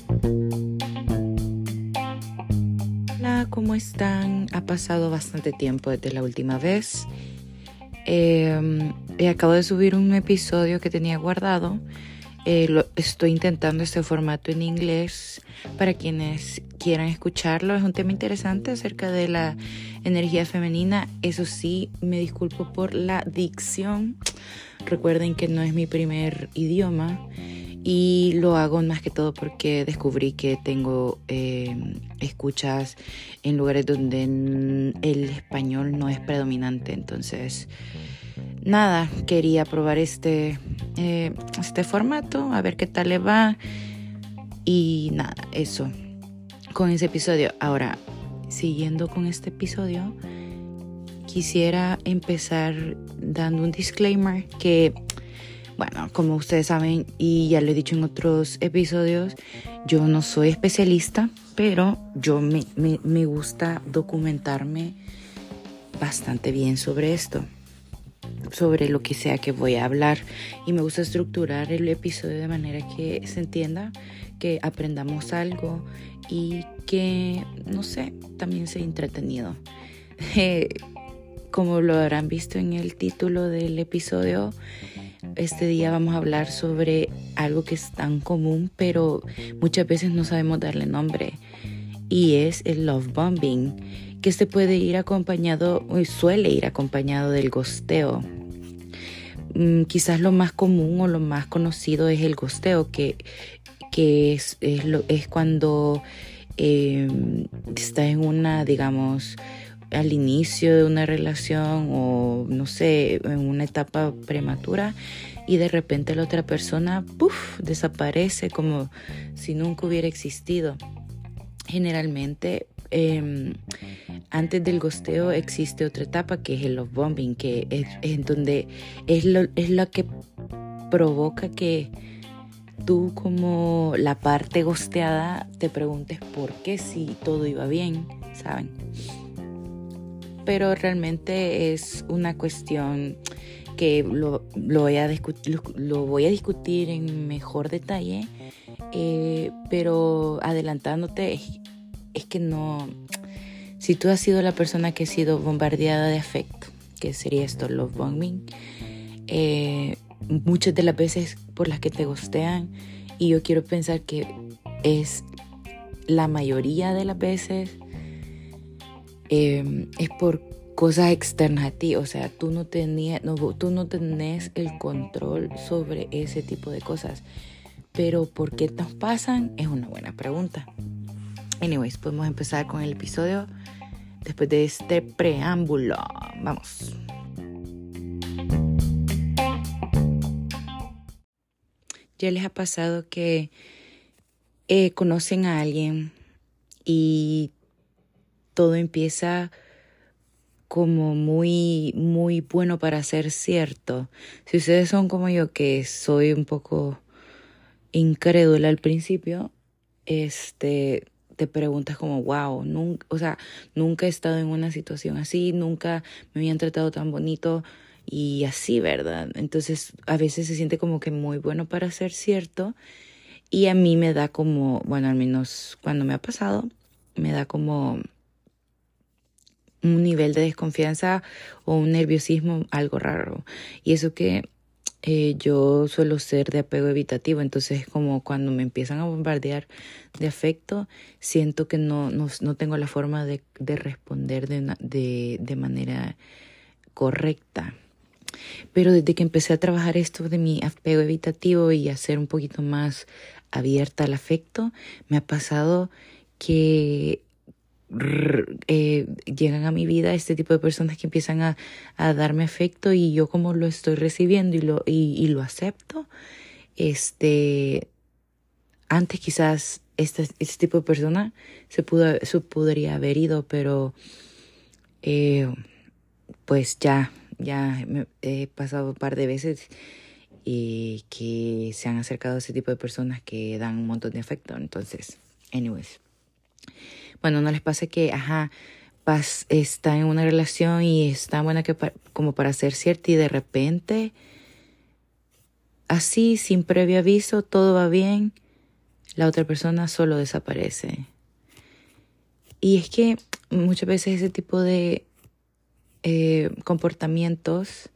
Hola, ¿cómo están? Ha pasado bastante tiempo desde la última vez. Acabo de subir un episodio que tenía guardado. Estoy intentando este formato en inglés para quienes quieran escucharlo. Es un tema interesante acerca de la energía femenina. Eso sí, me disculpo por la dicción. Recuerden que no es mi primer idioma y lo hago más que todo porque descubrí que tengo escuchas en lugares donde el español no es predominante. Entonces, nada, quería probar este formato, a ver qué tal le va. Y nada, eso, con ese episodio. Ahora, siguiendo con este episodio, quisiera empezar dando un disclaimer que, bueno, como ustedes saben y ya lo he dicho en otros episodios, yo no soy especialista, pero yo me gusta documentarme bastante bien sobre esto, sobre lo que sea que voy a hablar, y me gusta estructurar el episodio de manera que se entienda, que aprendamos algo y que, no sé, también sea entretenido. Como lo habrán visto en el título del episodio, este día vamos a hablar sobre algo que es tan común, pero muchas veces no sabemos darle nombre, y es el love bombing, que puede ir acompañado, o suele ir acompañado del ghosteo. Quizás lo más común o lo más conocido es el ghosteo, que es cuando está en una, digamos, al inicio de una relación o no sé, en una etapa prematura, y de repente la otra persona desaparece como si nunca hubiera existido. Generalmente antes del ghosteo existe otra etapa que es el love bombing, que es en donde es la que provoca que tú, como la parte ghosteada, te preguntes por qué si todo iba bien, ¿saben? Pero realmente es una cuestión que lo voy a discutir en mejor detalle, pero adelantándote, es que no, si tú has sido la persona que ha sido bombardeada de afecto, que sería esto, love bombing, muchas de las veces por las que te ghostean, y yo quiero pensar que es la mayoría de las veces, es por cosas externas a ti. O sea, tú no tenés el control sobre ese tipo de cosas. Pero ¿por qué nos pasan? Es una buena pregunta. Anyways, podemos empezar con el episodio después de este preámbulo. Vamos. ¿Ya les ha pasado que conocen a alguien y todo empieza como muy, muy bueno para ser cierto? Si ustedes son como yo, que soy un poco incrédula al principio, te preguntas como, wow, nunca he estado en una situación así, nunca me habían tratado tan bonito y así, ¿verdad? Entonces a veces se siente como que muy bueno para ser cierto, y a mí me da como, bueno, al menos cuando me ha pasado, me da como un nivel de desconfianza o un nerviosismo algo raro. Y eso que yo suelo ser de apego evitativo, entonces como cuando me empiezan a bombardear de afecto, siento que no tengo la forma de responder de manera correcta. Pero desde que empecé a trabajar esto de mi apego evitativo y a ser un poquito más abierta al afecto, me ha pasado que llegan a mi vida este tipo de personas que empiezan a darme afecto, y yo como lo estoy recibiendo y lo acepto. Antes quizás este tipo de persona se podría haber ido, pero pues ya me he pasado un par de veces que se han acercado a ese tipo de personas que dan un montón de afecto. Entonces, anyways, bueno, no les pasa que, está en una relación y es tan buena como para ser cierta, y de repente, así, sin previo aviso, todo va bien, la otra persona solo desaparece. Y es que muchas veces ese tipo de comportamientos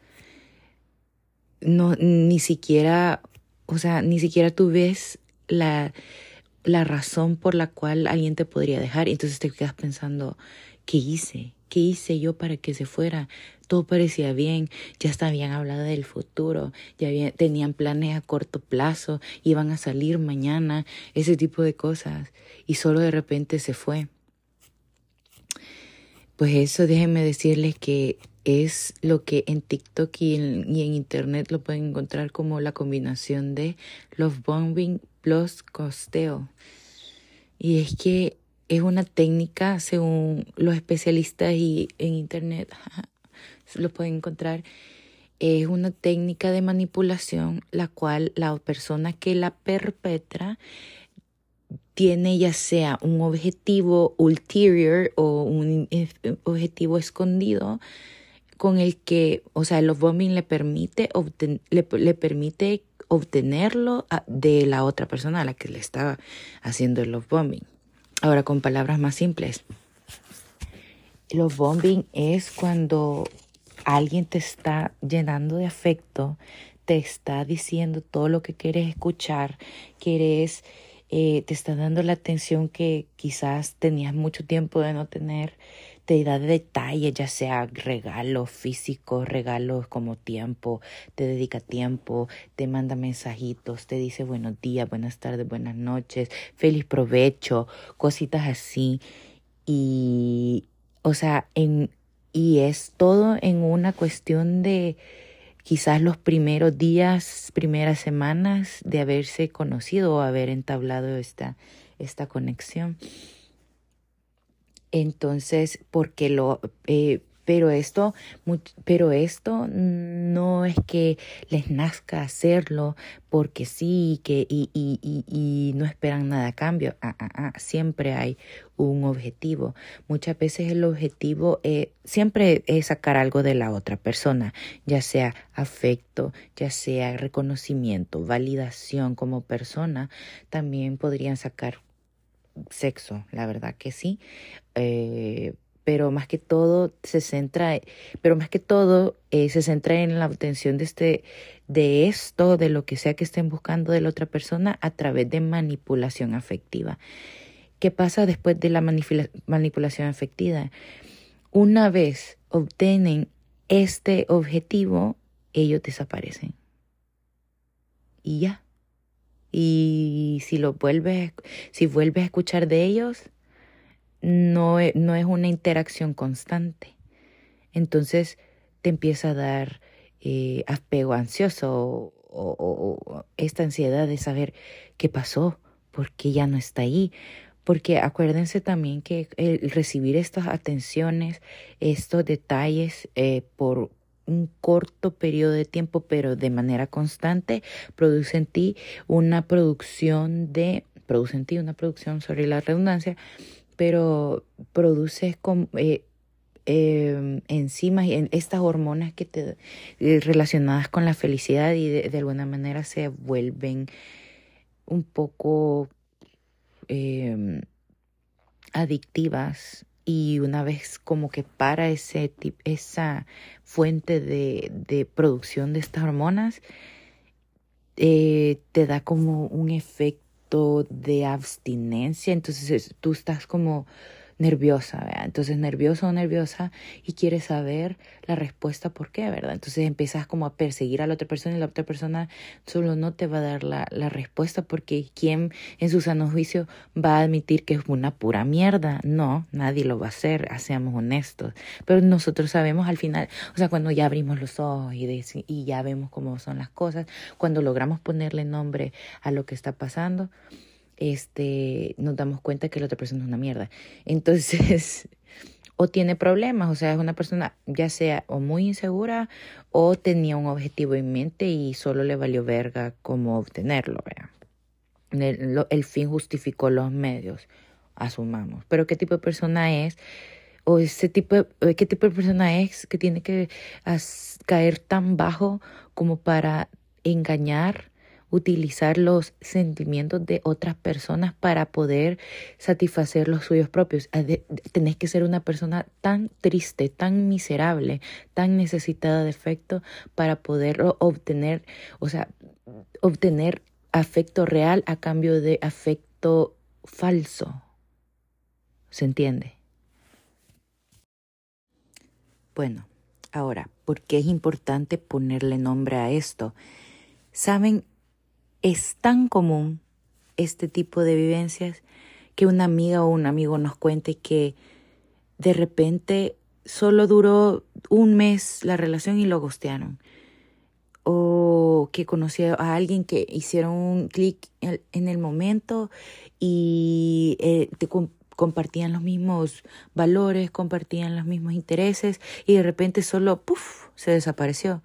ni siquiera tú ves la razón por la cual alguien te podría dejar. Entonces te quedas pensando, ¿qué hice? ¿Qué hice yo para que se fuera? Todo parecía bien, ya hasta habían hablado del futuro, tenían planes a corto plazo, iban a salir mañana, ese tipo de cosas. Y solo de repente se fue. Pues eso, déjenme decirles que es lo que en TikTok y en Internet lo pueden encontrar como la combinación de love bombing plus costeo. Y es que es una técnica, según los especialistas y en Internet lo pueden encontrar, es una técnica de manipulación la cual la persona que la perpetra tiene ya sea un objetivo ulterior o un objetivo escondido con el que, o sea, el love bombing le permite obtenerlo de la otra persona a la que le está haciendo el love bombing. Ahora, con palabras más simples, el love bombing es cuando alguien te está llenando de afecto, te está diciendo todo lo que quieres escuchar, te está dando la atención que quizás tenías mucho tiempo de no tener, te da detalles, ya sea regalos físicos, regalos como tiempo, te dedica tiempo, te manda mensajitos, te dice buenos días, buenas tardes, buenas noches, feliz provecho, cositas así. Y, o sea, y es todo en una cuestión de quizás los primeros días, primeras semanas de haberse conocido o haber entablado esta conexión. Entonces, pero esto no es que les nazca hacerlo porque sí y no esperan nada a cambio. Siempre hay un objetivo. Muchas veces el objetivo siempre es sacar algo de la otra persona, ya sea afecto, ya sea reconocimiento, validación como persona. También podrían sacar sexo, la verdad que sí. Pero más que todo se centra en la obtención de lo que sea que estén buscando de la otra persona a través de manipulación afectiva. ¿Qué pasa después de la manipulación afectiva? Una vez obtienen este objetivo, ellos desaparecen. Y ya. Y si vuelves a escuchar de ellos, no es una interacción constante. Entonces te empieza a dar apego ansioso o esta ansiedad de saber qué pasó, por qué ya no está ahí. Porque acuérdense también que el recibir estas atenciones, estos detalles por un corto periodo de tiempo, pero de manera constante, produce en ti una producción, sobre la redundancia, pero produces enzimas y estas hormonas que relacionadas con la felicidad y de alguna manera se vuelven un poco adictivas. Y una vez como que para esa fuente de producción de estas hormonas, te da como un efecto de abstinencia. Entonces tú estás como nerviosa, ¿verdad? Entonces nervioso o nerviosa y quieres saber la respuesta por qué, ¿verdad? Entonces empiezas como a perseguir a la otra persona y la otra persona solo no te va a dar la respuesta porque ¿quién en su sano juicio va a admitir que es una pura mierda? No, nadie lo va a hacer, seamos honestos. Pero nosotros sabemos al final, o sea, cuando ya abrimos los ojos y ya vemos cómo son las cosas, cuando logramos ponerle nombre a lo que está pasando, nos damos cuenta que la otra persona es una mierda. Entonces, o tiene problemas, o sea, es una persona ya sea o muy insegura o tenía un objetivo en mente y solo le valió verga cómo obtenerlo, ¿verdad? El fin justificó los medios, asumamos. Pero ¿qué tipo de persona es? O ¿qué tipo de persona es que tiene que caer tan bajo como para engañar, utilizar los sentimientos de otras personas para poder satisfacer los suyos propios. Tenés que ser una persona tan triste, tan miserable, tan necesitada de afecto para poder obtener, o sea, obtener afecto real a cambio de afecto falso. ¿Se entiende? Bueno, ahora, ¿por qué es importante ponerle nombre a esto? ¿Saben? Es tan común este tipo de vivencias que una amiga o un amigo nos cuente que de repente solo duró un mes la relación y lo ghostearon. O que conocí a alguien que hicieron un clic en el momento y compartían los mismos valores, compartían los mismos intereses y de repente solo ¡puf! Se desapareció.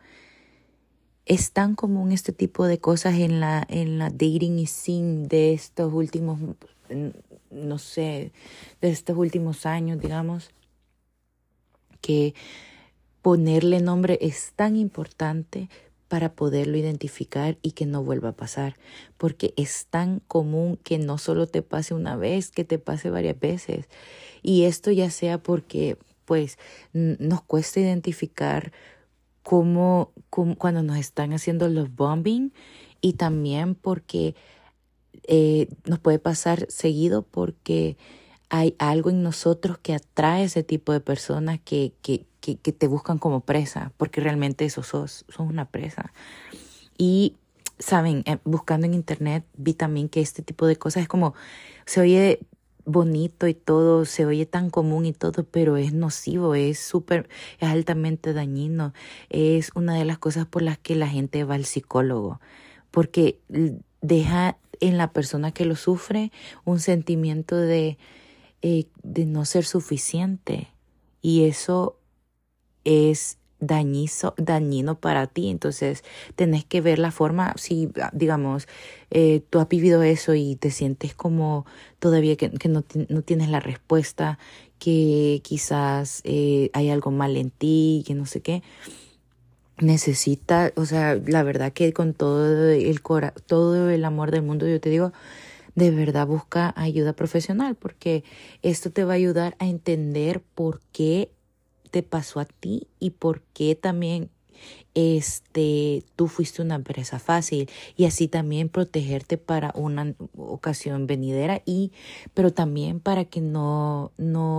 Es tan común este tipo de cosas en la dating scene de estos últimos, no sé, de estos últimos años, digamos, que ponerle nombre es tan importante para poderlo identificar y que no vuelva a pasar, porque es tan común que no solo te pase una vez, que te pase varias veces. Y esto ya sea porque, pues, nos cuesta identificar cómo cuando nos están haciendo los bombing y también porque nos puede pasar seguido porque hay algo en nosotros que atrae a ese tipo de personas que te buscan como presa, porque realmente eso sos una presa. Y, saben, buscando en internet vi también que este tipo de cosas es como, se oye bonito y todo, se oye tan común y todo, pero es nocivo, es altamente dañino. Es una de las cosas por las que la gente va al psicólogo, porque deja en la persona que lo sufre un sentimiento de no ser suficiente. Y eso es dañino para ti. Entonces, tenés que ver la forma, si, digamos, tú has vivido eso y te sientes como todavía que no tienes la respuesta, que quizás hay algo mal en ti, que no sé qué. Necesita, o sea, la verdad que con todo el amor del mundo, yo te digo, de verdad busca ayuda profesional, porque esto te va a ayudar a entender por qué te pasó a ti y por qué también tú fuiste una presa fácil, y así también protegerte para una ocasión venidera, pero también para que no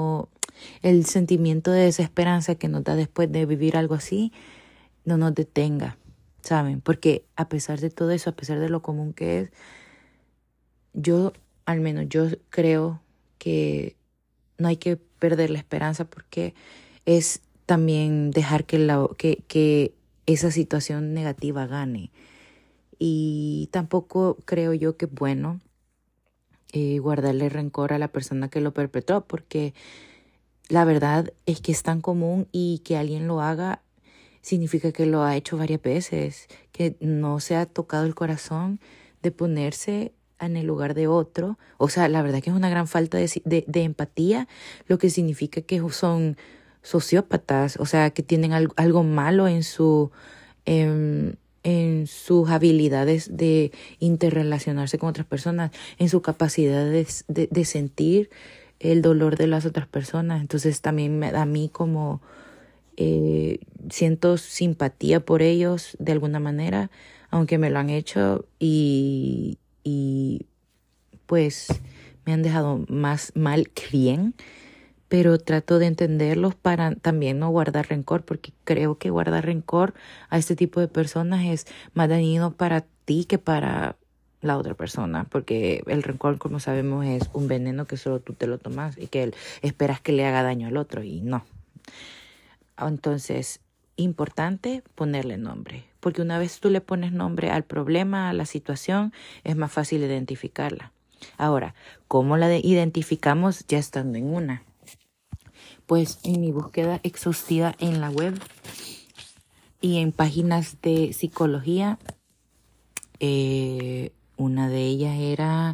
el sentimiento de desesperanza que nos da después de vivir algo así no nos detenga, ¿saben? Porque a pesar de todo eso, a pesar de lo común que es, al menos yo creo que no hay que perder la esperanza, porque es también dejar que esa situación negativa gane. Y tampoco creo yo que es bueno guardarle rencor a la persona que lo perpetró, porque la verdad es que es tan común, y que alguien lo haga significa que lo ha hecho varias veces, que no se ha tocado el corazón de ponerse en el lugar de otro. O sea, la verdad que es una gran falta de empatía, lo que significa que son sociópatas, o sea, que tienen algo malo en sus habilidades de interrelacionarse con otras personas, en su capacidad de sentir el dolor de las otras personas. Entonces también me da a mí como siento simpatía por ellos de alguna manera, aunque me lo han hecho y pues me han dejado más mal que bien, pero trato de entenderlos para también no guardar rencor, porque creo que guardar rencor a este tipo de personas es más dañino para ti que para la otra persona, porque el rencor, como sabemos, es un veneno que solo tú te lo tomas y que esperas que le haga daño al otro, y no. Entonces, importante ponerle nombre, porque una vez tú le pones nombre al problema, a la situación, es más fácil identificarla. Ahora, ¿cómo la identificamos ya estando en una? Pues en mi búsqueda exhaustiva en la web y en páginas de psicología, una de ellas era,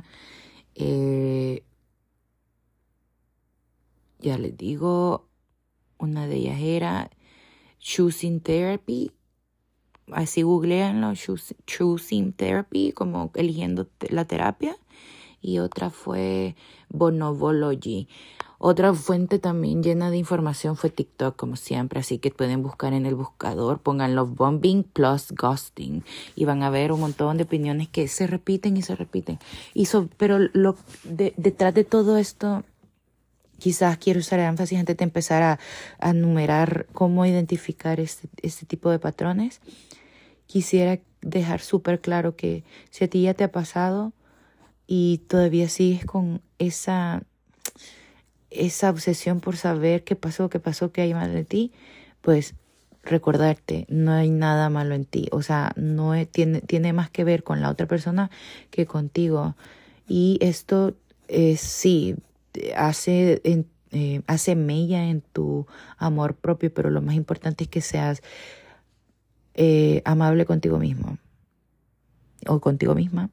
ya les digo, una de ellas era Choosing Therapy, así googleanlo, Choosing Therapy, como eligiendo la terapia. Y otra fue Bonobology. Otra fuente también llena de información fue TikTok, como siempre. Así que pueden buscar en el buscador, pongan love bombing plus ghosting. Y van a ver un montón de opiniones que se repiten y se repiten. Pero detrás de todo esto, quizás quiero usar énfasis antes de empezar a enumerar cómo identificar este tipo de patrones. Quisiera dejar súper claro que si a ti ya te ha pasado y todavía sigues con esa obsesión por saber qué pasó, qué hay mal de ti, pues recordarte, no hay nada malo en ti. O sea, tiene más que ver con la otra persona que contigo. Y esto sí hace mella en tu amor propio, pero lo más importante es que seas amable contigo mismo o contigo misma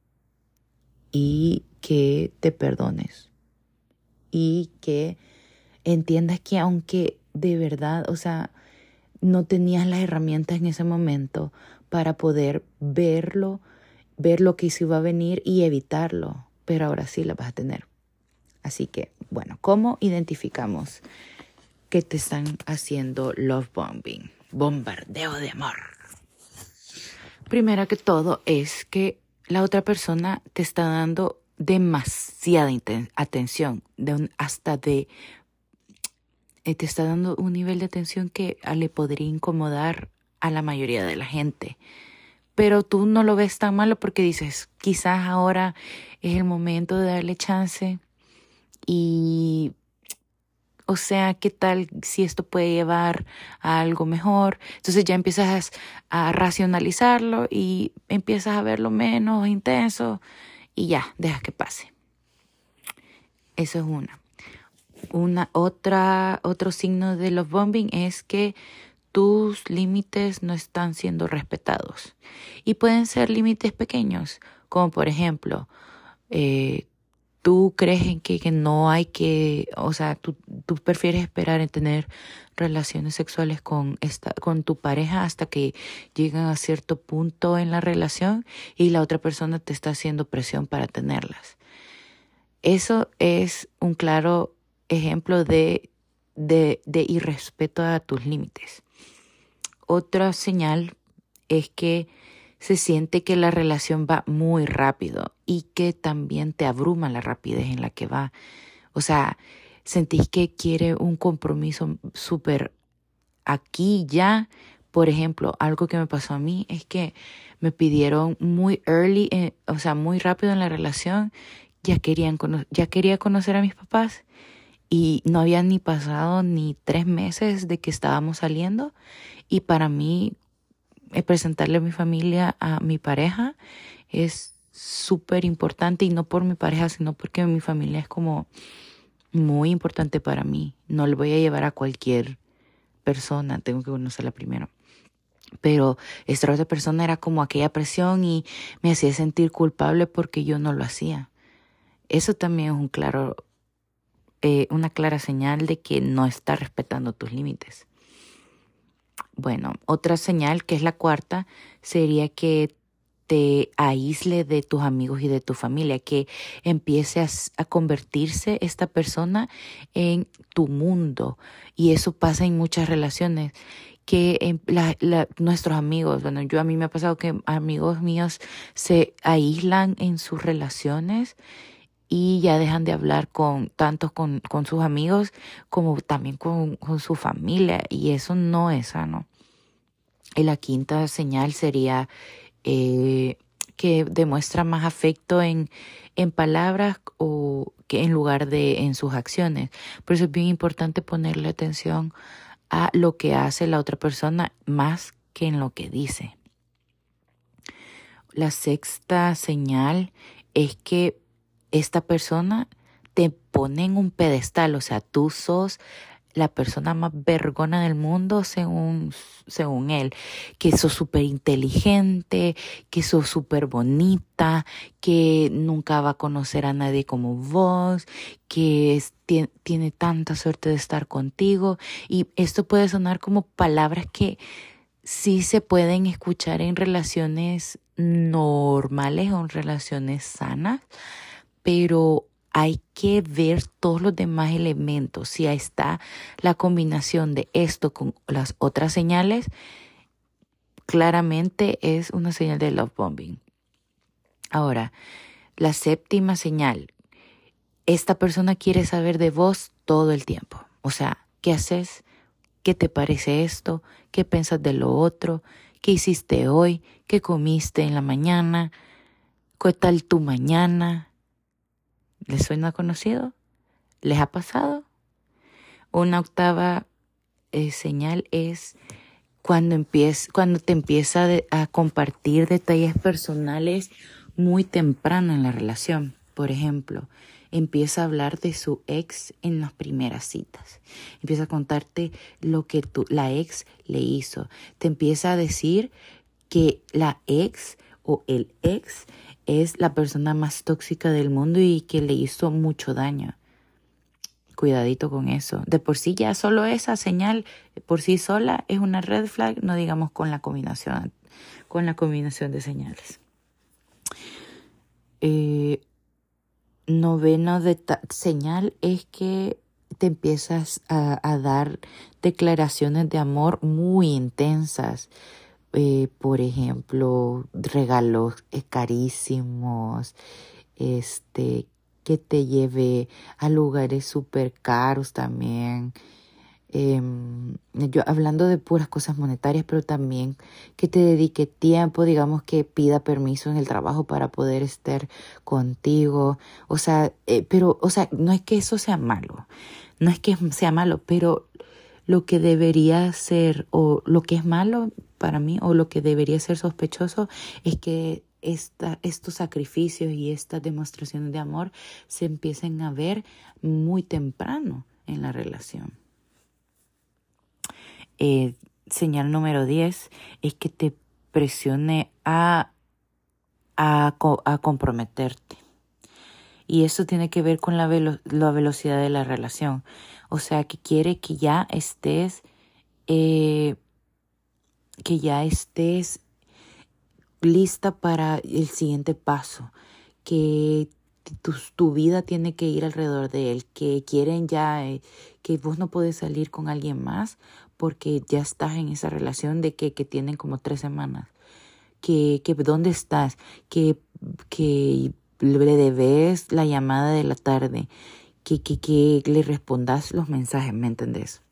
y que te perdones y que entiendas que aunque de verdad, o sea, no tenías las herramientas en ese momento para poder ver lo que se iba a venir y evitarlo, pero ahora sí las vas a tener. Así que, bueno, ¿cómo identificamos que te están haciendo love bombing? Bombardeo de amor. Primero que todo es que la otra persona te está dando demasiada atención, te está dando un nivel de atención que le podría incomodar a la mayoría de la gente. Pero tú no lo ves tan malo porque dices, quizás ahora es el momento de darle chance y, o sea, ¿qué tal si esto puede llevar a algo mejor? Entonces ya empiezas a racionalizarlo y empiezas a verlo menos intenso y ya, dejas que pase. Eso es otro signo de love bombing es que tus límites no están siendo respetados. Y pueden ser límites pequeños, como por ejemplo, tú crees en que no hay que, o sea, tú prefieres esperar en tener relaciones sexuales con tu pareja hasta que llegan a cierto punto en la relación y la otra persona te está haciendo presión para tenerlas. Eso es un claro ejemplo de irrespeto a tus límites. Otra señal es que se siente que la relación va muy rápido y que también te abruma la rapidez en la que va. O sea, sentís que quiere un compromiso súper aquí ya. Por ejemplo, algo que me pasó a mí es que me pidieron muy early, o sea, muy rápido en la relación. Ya quería conocer a mis papás y no había ni pasado ni 3 meses de que estábamos saliendo. Y para mí, presentarle a mi familia a mi pareja es súper importante, y no por mi pareja, sino porque mi familia es como muy importante para mí. No le voy a llevar a cualquier persona, tengo que conocerla primero. Pero esta otra persona era como aquella presión y me hacía sentir culpable porque yo no lo hacía. Eso también es una clara señal de que no está respetando tus límites. Bueno, otra señal, que es la cuarta, sería que te aísle de tus amigos y de tu familia, que empiece a convertirse esta persona en tu mundo. Y eso pasa en muchas relaciones, que nuestros amigos, bueno, a mí me ha pasado que amigos míos se aíslan en sus relaciones y ya dejan de hablar tanto con sus amigos como también con su familia, y eso no es sano. Y la quinta señal sería que demuestra más afecto en palabras o que en lugar de en sus acciones. Por eso es bien importante ponerle atención a lo que hace la otra persona más que en lo que dice. La sexta señal es que esta persona te pone en un pedestal, o sea, tú sos la persona más vergona del mundo según él, que sos súper inteligente, que sos súper bonita, que nunca va a conocer a nadie como vos, que tiene tanta suerte de estar contigo. Y esto puede sonar como palabras que sí se pueden escuchar en relaciones normales o en relaciones sanas, pero hay que ver todos los demás elementos. Si ahí está la combinación de esto con las otras señales, claramente es una señal de love bombing. Ahora, la séptima señal. Esta persona quiere saber de vos todo el tiempo. O sea, ¿qué haces? ¿Qué te parece esto? ¿Qué piensas de lo otro? ¿Qué hiciste hoy? ¿Qué comiste en la mañana? ¿Qué tal tu mañana? ¿Les suena conocido? ¿Les ha pasado? Una octava señal es cuando te empieza a compartir detalles personales muy temprano en la relación. Por ejemplo, empieza a hablar de su ex en las primeras citas. Empieza a contarte lo que la ex le hizo. Te empieza a decir que la ex o el ex es la persona más tóxica del mundo y que le hizo mucho daño. Cuidadito con eso. De por sí ya solo esa señal por sí sola es una red flag, no digamos con la combinación de señales. Noveno señal es que te empiezas a dar declaraciones de amor muy intensas. Por ejemplo, regalos carísimos, que te lleve a lugares súper caros también. Yo hablando de puras cosas monetarias, pero también que te dedique tiempo, digamos que pida permiso en el trabajo para poder estar contigo. O sea, no es que eso sea malo, no es que sea malo, pero lo que debería ser, o lo que es malo para mí, o lo que debería ser sospechoso, es que estos sacrificios y estas demostraciones de amor se empiecen a ver muy temprano en la relación. Señal número 10 es que te presione a comprometerte. Y eso tiene que ver con la velocidad de la relación. O sea, que quiere que ya estés lista para el siguiente paso, que tu vida tiene que ir alrededor de él, que quieren ya, que vos no podés salir con alguien más porque ya estás en esa relación de que tienen como 3 semanas, que ¿dónde estás? Que le debes la llamada de la tarde, que le respondas los mensajes, ¿me entendés?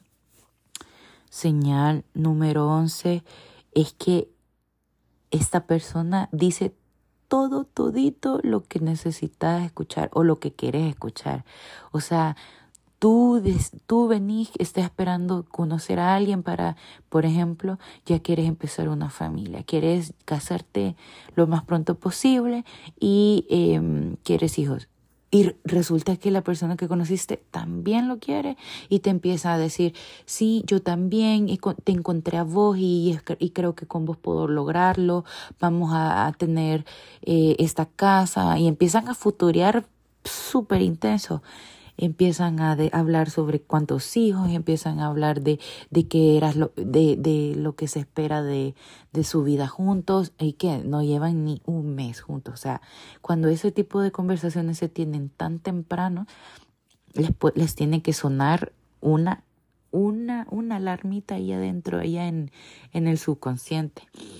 Señal número 11 es que esta persona dice todito lo que necesitas escuchar o lo que quieres escuchar. O sea, tú venís, estás esperando conocer a alguien para, por ejemplo, ya quieres empezar una familia, quieres casarte lo más pronto posible y quieres hijos. Y resulta que la persona que conociste también lo quiere y te empieza a decir, sí, yo también te encontré a vos y creo que con vos puedo lograrlo, vamos a tener esta casa, y empiezan a futurear súper intenso. Empiezan a hablar sobre cuántos hijos, empiezan a hablar de qué eras de lo que se espera de su vida juntos, y que no llevan ni un mes juntos. O sea, cuando ese tipo de conversaciones se tienen tan temprano, les tiene que sonar una alarmita ahí adentro, allá en el subconsciente.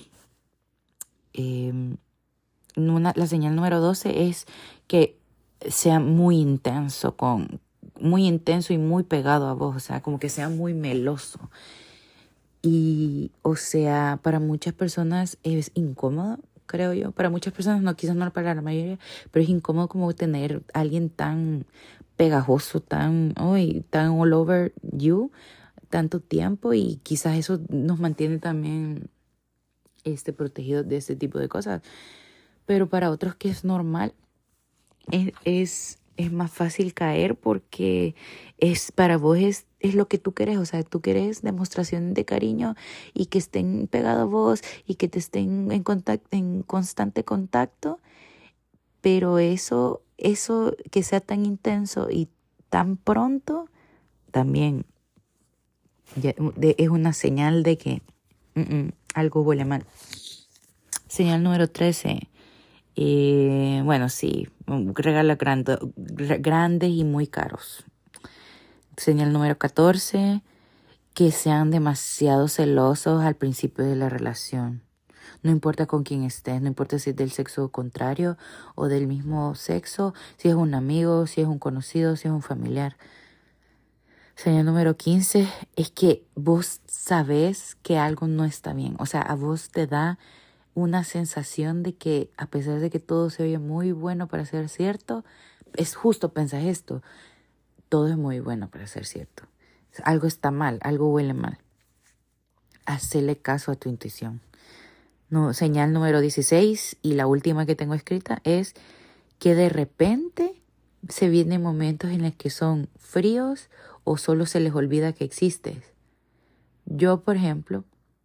La señal número 12 es que sea muy intenso y muy pegado a vos, o sea, como que sea muy meloso. Y, o sea, para muchas personas es incómodo, creo yo. Para muchas personas, no, quizás no para la mayoría, pero es incómodo como tener a alguien tan pegajoso, tan all over you, tanto tiempo, y quizás eso nos mantiene también protegidos de este tipo de cosas. Pero para otros que es normal, es más fácil caer porque para vos es lo que tú querés. O sea, tú querés demostración de cariño y que estén pegados a vos y que te estén en constante contacto, pero eso que sea tan intenso y tan pronto también es una señal de que algo huele mal. Señal número 13. Bueno, sí, regalos grandes y muy caros. Señal número 14. Que sean demasiado celosos al principio de la relación. No importa con quién estés, no importa si es del sexo contrario o del mismo sexo, si es un amigo, si es un conocido, si es un familiar. Señal número 15 es que vos sabés que algo no está bien. O sea, a vos te da una sensación de que a pesar de que todo se oye muy bueno para ser cierto, es justo, pensás esto, todo es muy bueno para ser cierto. Algo está mal, algo huele mal. Hacele caso a tu intuición. No, señal número 16 y la última que tengo escrita es que de repente se vienen momentos en los que son fríos o solo se les olvida que existes. Yo, por ejemplo,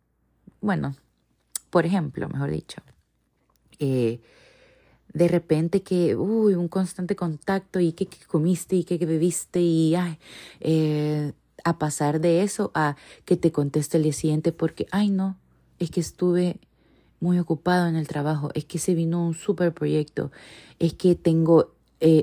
mejor dicho, de repente que, un constante contacto y que comiste y que bebiste y, a pasar de eso a que te conteste el día siguiente porque, no, es que estuve muy ocupado en el trabajo, es que se vino un super proyecto, es que tengo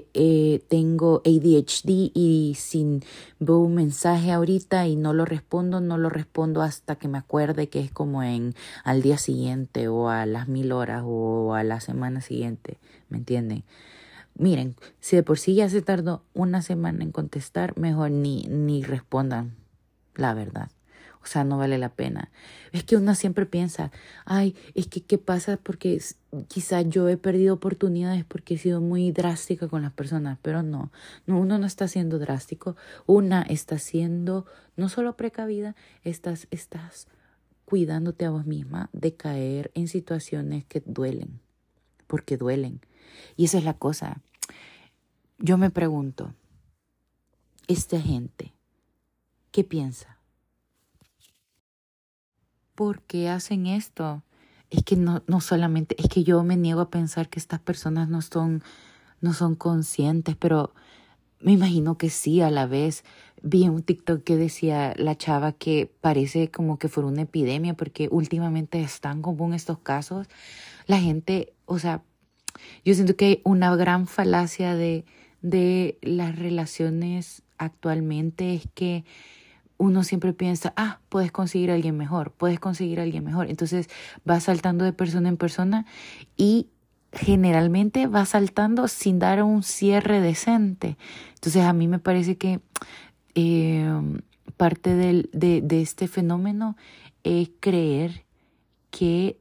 ADHD y si veo un mensaje ahorita y no lo respondo hasta que me acuerde que es como al día siguiente o a las 1000 horas o a la semana siguiente, ¿me entienden? Miren, si de por sí ya se tardó una semana en contestar, mejor ni respondan la verdad. O sea, no vale la pena. Es que uno siempre piensa, es que ¿qué pasa? Porque quizá yo he perdido oportunidades porque he sido muy drástica con las personas, pero no, uno no está siendo drástico. Una está siendo no solo precavida, estás cuidándote a vos misma de caer en situaciones que duelen, porque duelen. Y esa es la cosa. Yo me pregunto, esta gente, ¿qué piensa? ¿Por qué hacen esto? Es que no solamente, es que yo me niego a pensar que estas personas no son conscientes, pero me imagino que sí a la vez. Vi un TikTok que decía la chava que parece como que fuera una epidemia porque últimamente es tan común estos casos. La gente, o sea, yo siento que hay una gran falacia de las relaciones actualmente es que uno siempre piensa, puedes conseguir a alguien mejor. Entonces va saltando de persona en persona y generalmente va saltando sin dar un cierre decente. Entonces a mí me parece que parte de este fenómeno es creer que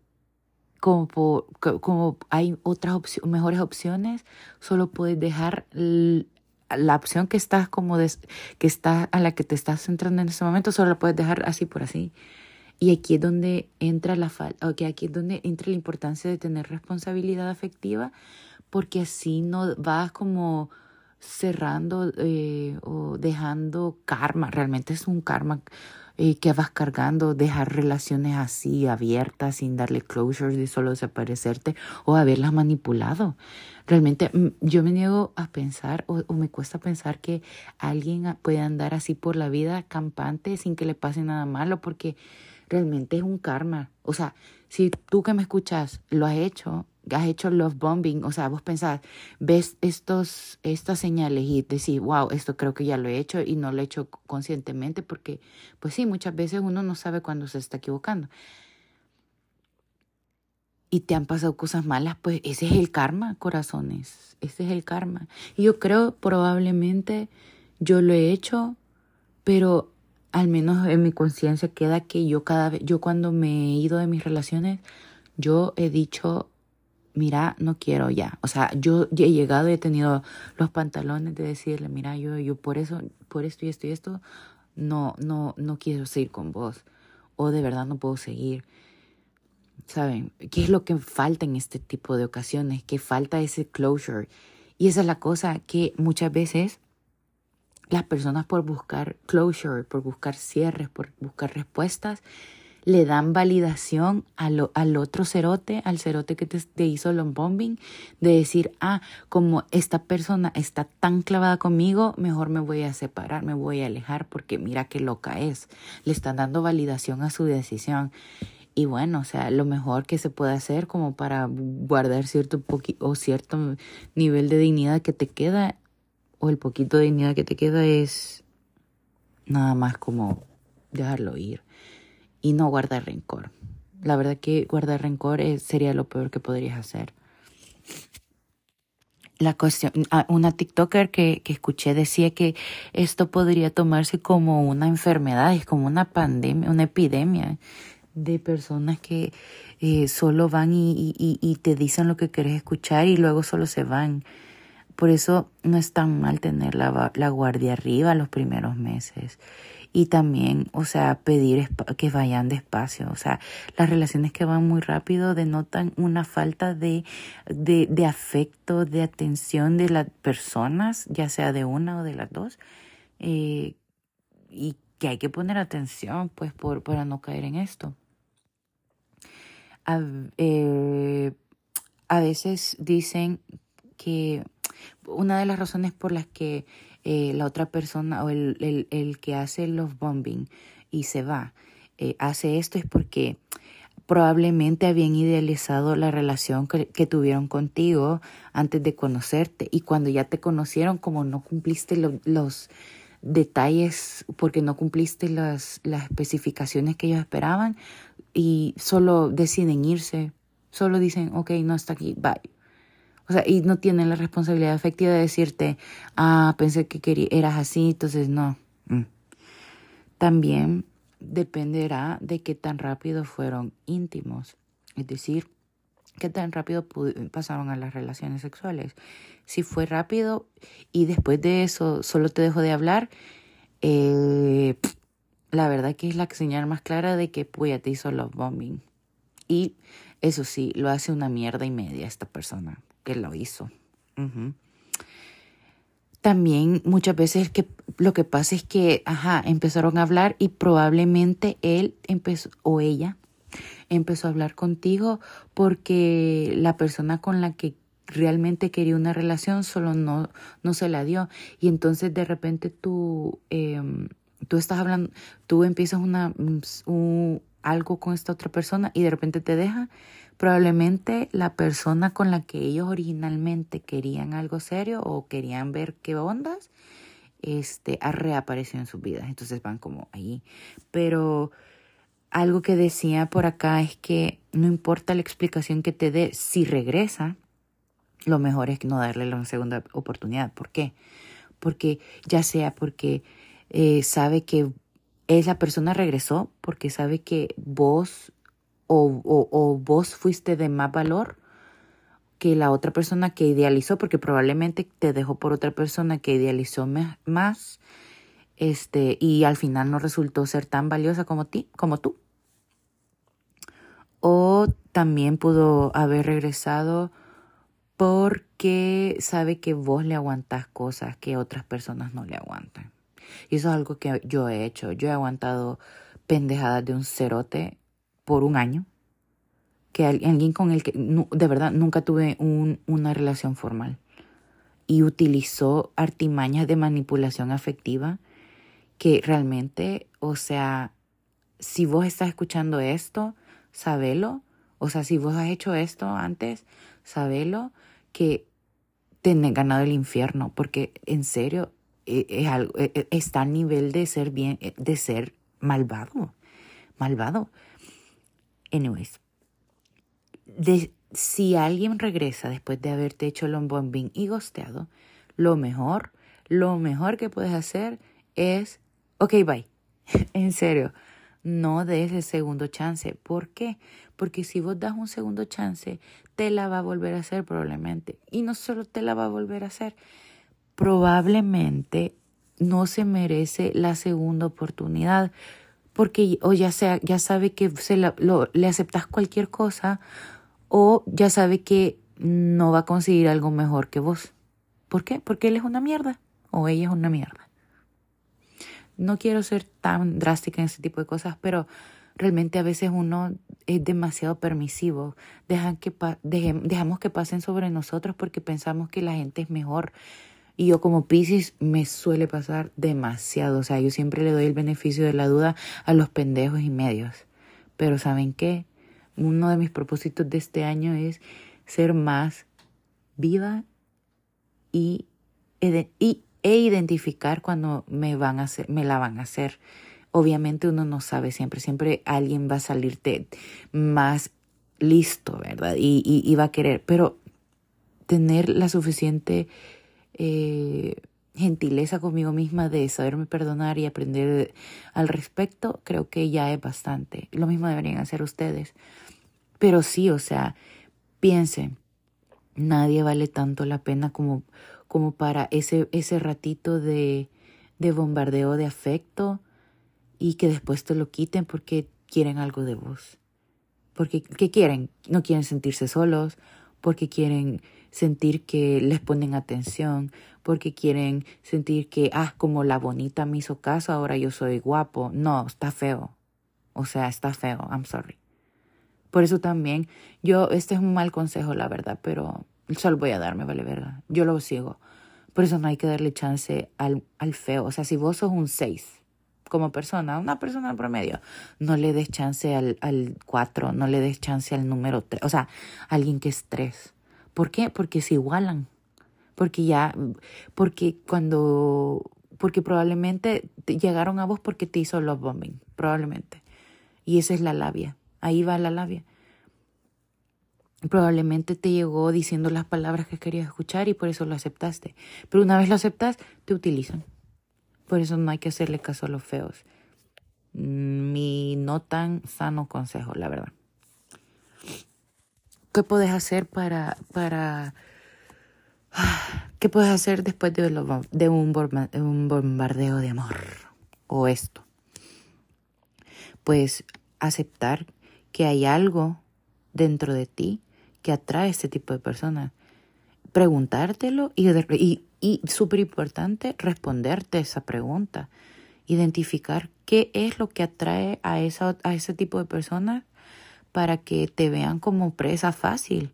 como hay otras mejores opciones, solo puedes dejar la opción que estás que está a la que te estás centrando en ese momento, solo la puedes dejar así por así. Y aquí es donde entra aquí es donde entra la importancia de tener responsabilidad afectiva, porque así no vas como cerrando o dejando karma. Realmente es un karma que vas cargando, dejar relaciones así abiertas sin darle closure, de solo desaparecerte o haberlas manipulado. Realmente yo me niego a pensar o me cuesta pensar que alguien puede andar así por la vida campante sin que le pase nada malo, porque realmente es un karma. O sea, si tú que me escuchas lo has hecho love bombing, o sea, vos pensás, ves estas señales y decís, wow, esto creo que ya lo he hecho y no lo he hecho conscientemente porque, pues sí, muchas veces uno no sabe cuándo se está equivocando. Y te han pasado cosas malas, pues ese es el karma, corazones, ese es el karma. Y yo creo probablemente yo lo he hecho, pero al menos en mi conciencia queda que yo cuando me he ido de mis relaciones, yo he dicho, mira, no quiero ya. O sea, yo he llegado y he tenido los pantalones de decirle, mira, yo por esto y esto, no quiero seguir con vos. O de verdad no puedo seguir. ¿Saben? ¿Qué es lo que falta en este tipo de ocasiones? Que falta ese closure. Y esa es la cosa, que muchas veces las personas por buscar closure, por buscar cierres, por buscar respuestas, le dan validación al otro cerote, al cerote que te hizo el bombing, de decir, como esta persona está tan clavada conmigo, mejor me voy a separar, me voy a alejar porque mira qué loca es. Le están dando validación a su decisión. Y bueno, o sea, lo mejor que se puede hacer como para guardar cierto nivel de dignidad que te queda, o el poquito de dignidad que te queda, es nada más como dejarlo ir y no guardar rencor. La verdad que guardar rencor sería lo peor que podrías hacer. La cuestión, una TikToker que escuché decía que esto podría tomarse como una enfermedad, es como una pandemia, una epidemia de personas que solo van y te dicen lo que quieres escuchar y luego solo se van. Por eso no es tan mal tener la guardia arriba los primeros meses. Y también, o sea, pedir que vayan despacio. O sea, las relaciones que van muy rápido denotan una falta de afecto, de atención de las personas, ya sea de una o de las dos. Y que hay que poner atención, pues, para no caer en esto. A veces dicen que una de las razones por las que la otra persona o el que hace el love bombing y se va, hace esto es porque probablemente habían idealizado la relación que tuvieron contigo antes de conocerte, y cuando ya te conocieron, como no cumpliste los detalles, porque no cumpliste las especificaciones que ellos esperaban, y solo deciden irse, solo dicen, ok, no está aquí, bye. O sea, y no tienen la responsabilidad afectiva de decirte, pensé que eras así, entonces no. También dependerá de qué tan rápido fueron íntimos. Es decir, qué tan rápido pasaron a las relaciones sexuales. Si fue rápido y después de eso solo te dejó de hablar, la verdad que es la señal más clara de que pues ya te hizo love bombing. Y eso sí, lo hace una mierda y media esta persona que lo hizo. También muchas veces lo que pasa es que, empezaron a hablar y probablemente él empezó o ella empezó a hablar contigo porque la persona con la que realmente quería una relación solo no se la dio, y entonces de repente tú estás hablando, tú empiezas algo con esta otra persona y de repente te deja. Probablemente la persona con la que ellos originalmente querían algo serio o querían ver qué ondas, ha reaparecido en sus vidas. Entonces van como ahí. Pero algo que decía por acá es que no importa la explicación que te dé, si regresa, lo mejor es no darle una segunda oportunidad. ¿Por qué? Porque ya sea porque sabe que esa persona regresó, porque sabe que vos o vos fuiste de más valor que la otra persona que idealizó, porque probablemente te dejó por otra persona que idealizó más, y al final no resultó ser tan valiosa como tú. O también pudo haber regresado porque sabe que vos le aguantás cosas que otras personas no le aguantan. Y eso es algo que yo he hecho. Yo he aguantado pendejadas de un cerote por un año, que alguien con el que de verdad nunca tuve una relación formal, y utilizó artimañas de manipulación afectiva que realmente, o sea, si vos estás escuchando esto, sabelo. O sea, si vos has hecho esto antes, sabelo que tenés ganado el infierno, porque en serio es algo, está a nivel de ser de ser malvado. Anyways, si alguien regresa después de haberte hecho love bombing y ghosteado, lo mejor que puedes hacer es, ok, bye. En serio, no des el segundo chance. ¿Por qué? Porque si vos das un segundo chance, te la va a volver a hacer probablemente. Y no solo te la va a volver a hacer, probablemente no se merece la segunda oportunidad, porque o ya sabe que le aceptas cualquier cosa, o ya sabe que no va a conseguir algo mejor que vos. ¿Por qué? Porque él es una mierda o ella es una mierda. No quiero ser tan drástica en ese tipo de cosas, pero realmente a veces uno es demasiado permisivo. Dejamos que pasen sobre nosotros porque pensamos que la gente es mejor. Y yo como Piscis me suele pasar demasiado. O sea, yo siempre le doy el beneficio de la duda a los pendejos y medios. Pero ¿saben qué? Uno de mis propósitos de este año es ser más viva e identificar cuando me la van a hacer. Obviamente uno no sabe siempre alguien va a salirte más listo, ¿verdad? Y va a querer, pero tener la suficiente gentileza conmigo misma de saberme perdonar y aprender al respecto, creo que ya es bastante. Lo mismo deberían hacer ustedes. Pero sí, o sea, piensen, nadie vale tanto la pena como para ese ratito de bombardeo de afecto y que después te lo quiten porque quieren algo de vos. Porque, ¿qué quieren? No quieren sentirse solos, porque quieren sentir que les ponen atención, porque quieren sentir que, como la bonita me hizo caso, ahora yo soy guapo. No, está feo. O sea, está feo. I'm sorry. Por eso también, este es un mal consejo, la verdad, pero solo voy a darme, vale verga. Yo lo sigo. Por eso no hay que darle chance al feo. O sea, si vos sos un 6 como persona, una persona promedio, no le des chance al 4, no le des chance al número 3. O sea, alguien que es 3. ¿Por qué? Porque se igualan. Porque probablemente llegaron a vos porque te hizo love bombing. Probablemente. Y esa es la labia. Ahí va la labia. Probablemente te llegó diciendo las palabras que querías escuchar y por eso lo aceptaste. Pero una vez lo aceptas, te utilizan. Por eso no hay que hacerle caso a los feos. Mi no tan sano consejo, la verdad. ¿Qué puedes hacer ¿Qué puedes hacer después de un bombardeo de amor? O esto. Pues aceptar que hay algo dentro de ti que atrae a este tipo de personas. Preguntártelo y súper importante, responderte esa pregunta. Identificar qué es lo que atrae a ese tipo de personas para que te vean como presa fácil.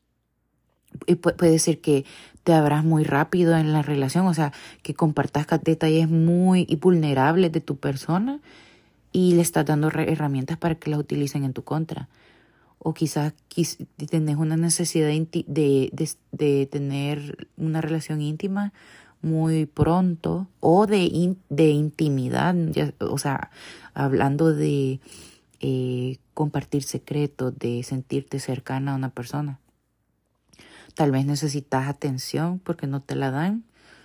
Y puede ser que te abras muy rápido en la relación, o sea, que compartas detalles muy vulnerables de tu persona y le estás dando herramientas para que las utilicen en tu contra. O quizás tenés una necesidad de tener una relación íntima muy pronto o de intimidad, o sea, hablando de compartir secretos, de sentirte cercana a una persona. Tal vez necesitas atención porque no te la dan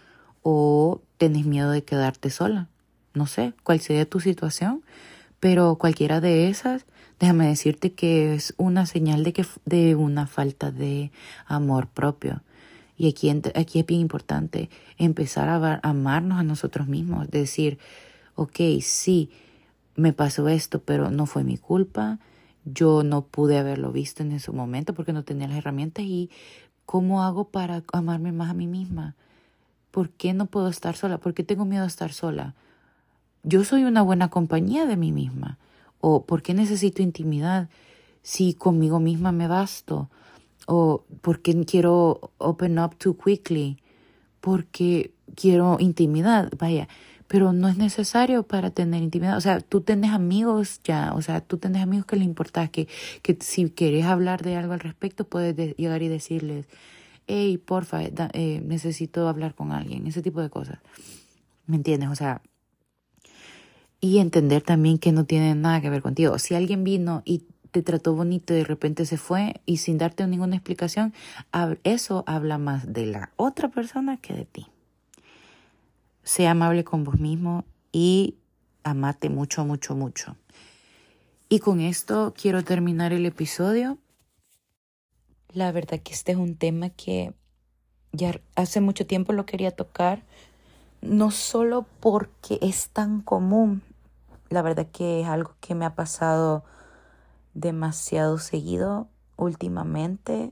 o tenés miedo de quedarte sola. No sé cuál sería tu situación, pero cualquiera de esas, déjame decirte que es una señal de una falta de amor propio. Y aquí es bien importante empezar a amarnos a nosotros mismos. Decir, ok, sí, me pasó esto, pero no fue mi culpa. Yo no pude haberlo visto en ese momento porque no tenía las herramientas. ¿Y cómo hago para amarme más a mí misma? ¿Por qué no puedo estar sola? ¿Por qué tengo miedo a estar sola? Yo soy una buena compañía de mí misma. ¿O por qué necesito intimidad si conmigo misma me basto? ¿O por qué quiero open up too quickly? Porque quiero intimidad, vaya. Pero no es necesario para tener intimidad. O sea, tú tenés amigos ya. O sea, tú tenés amigos que les importa que si querés hablar de algo al respecto, puedes llegar y decirles, hey, porfa, necesito hablar con alguien. Ese tipo de cosas. ¿Me entiendes? O sea, y entender también que no tiene nada que ver contigo. Si alguien vino y te trató bonito y de repente se fue y sin darte ninguna explicación, eso habla más de la otra persona que de ti. Sé amable con vos mismo y amate mucho, mucho, mucho. Y con esto quiero terminar el episodio. La verdad que este es un tema que ya hace mucho tiempo lo quería tocar, no solo porque es tan común. La verdad que es algo que me ha pasado demasiado seguido últimamente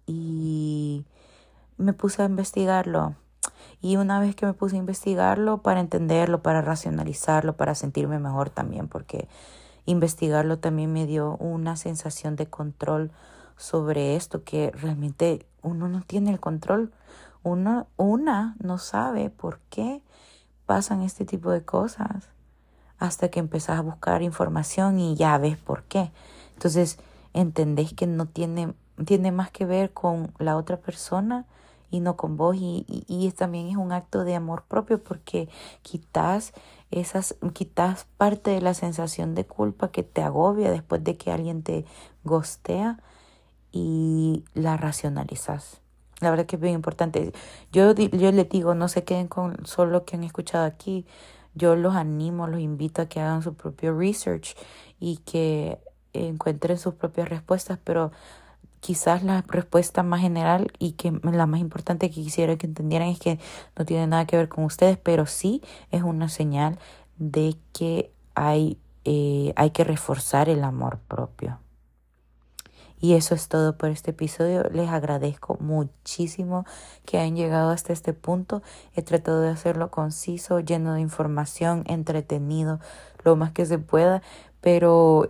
y me puse a investigarlo. Y una vez que me puse a investigarlo para entenderlo, para racionalizarlo, para sentirme mejor también, porque investigarlo también me dio una sensación de control sobre esto que realmente uno no tiene el control. Una no sabe por qué pasan este tipo de cosas. hasta que empezás a buscar información y ya ves por qué. Entonces entendés que no tiene más que ver con la otra persona y no con vos, y también es un acto de amor propio porque quitas parte de la sensación de culpa que te agobia después de que alguien te ghostea y la racionalizas. La verdad que es bien importante. Yo les digo, no se queden con solo lo que han escuchado aquí. Yo los animo, los invito a que hagan su propio research y que encuentren sus propias respuestas, pero quizás la respuesta más general y que la más importante que quisiera que entendieran es que no tiene nada que ver con ustedes, pero sí es una señal de que hay que reforzar el amor propio. Y eso es todo por este episodio. Les agradezco muchísimo que hayan llegado hasta este punto. He tratado de hacerlo conciso, lleno de información, entretenido, lo más que se pueda, pero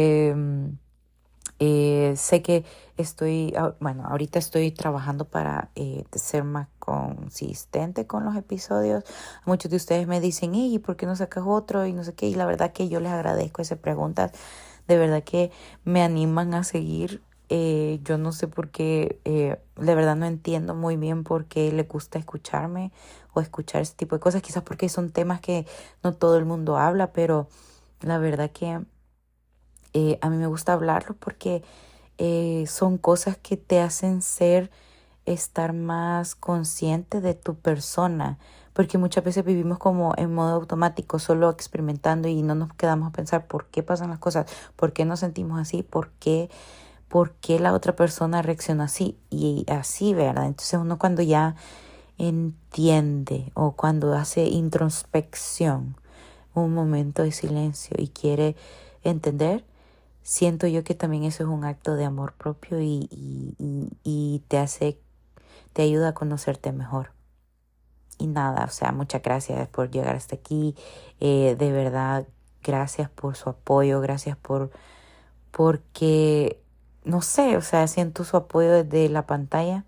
sé que ahorita estoy trabajando para ser más consistente con los episodios. Muchos de ustedes me dicen, ¿y por qué no sacas otro? Y no sé qué. Y la verdad que yo les agradezco esas preguntas. De verdad que me animan a seguir. Yo no sé por qué, de verdad no entiendo muy bien por qué les gusta escucharme o escuchar ese tipo de cosas. Quizás porque son temas que no todo el mundo habla, pero la verdad que a mí me gusta hablarlo porque son cosas que te hacen estar más consciente de tu persona, porque muchas veces vivimos como en modo automático, solo experimentando y no nos quedamos a pensar por qué pasan las cosas, por qué nos sentimos así, por qué la otra persona reacciona así y así, ¿verdad? Entonces uno cuando ya entiende o cuando hace introspección, un momento de silencio y quiere entender, siento yo que también eso es un acto de amor propio y te ayuda a conocerte mejor. Y nada, o sea, muchas gracias por llegar hasta aquí. De verdad, gracias por su apoyo, gracias porque, no sé, o sea, siento su apoyo desde la pantalla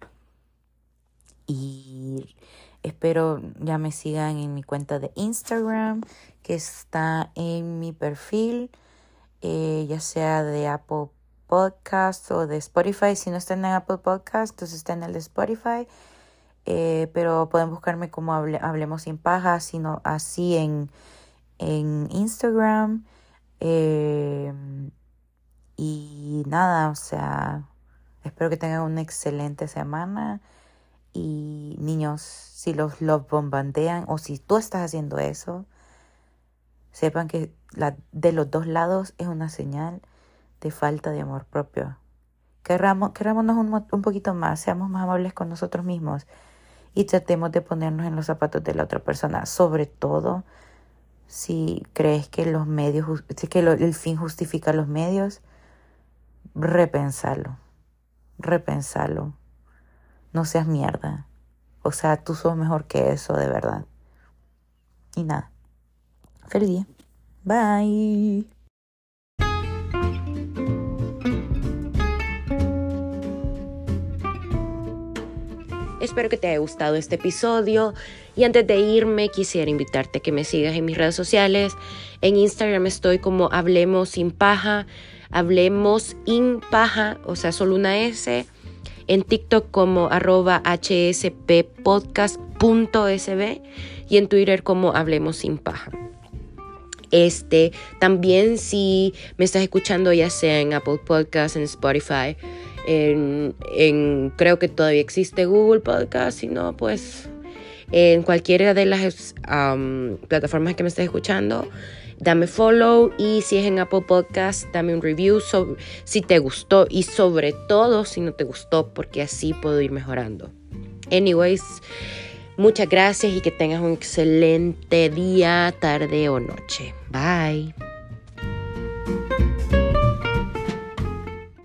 y espero ya me sigan en mi cuenta de Instagram, que está en mi perfil. Ya sea de Apple Podcast o de Spotify. Si no está en Apple Podcast, entonces está en el de Spotify. Pero pueden buscarme como Hablemos Sin Paja, sino así en Instagram. Y nada, o sea, espero que tengan una excelente semana. Y niños, si los bombardean o si tú estás haciendo eso, sepan que de los dos lados es una señal de falta de amor propio. Querrámonos un poquito más, seamos más amables con nosotros mismos y tratemos de ponernos en los zapatos de la otra persona. Sobre todo, si crees que el fin justifica los medios, repénsalo. No seas mierda. O sea, tú sos mejor que eso, de verdad. Y nada. Feliz día. Bye. Espero que te haya gustado este episodio y antes de irme quisiera invitarte a que me sigas en mis redes sociales. En Instagram estoy como Hablemos Sin Paja, Hablemos In Paja, o sea, solo una S. En TikTok como @hsppodcast.sb y en Twitter como Hablemos Sin Paja. También si me estás escuchando ya sea en Apple Podcasts, en Spotify, creo que todavía existe Google Podcast, si no, pues en cualquiera de las plataformas que me estés escuchando, dame follow, y si es en Apple Podcast, dame un review si te gustó y sobre todo si no te gustó, porque así puedo ir mejorando. Anyways, muchas gracias y que tengas un excelente día, tarde o noche. Bye.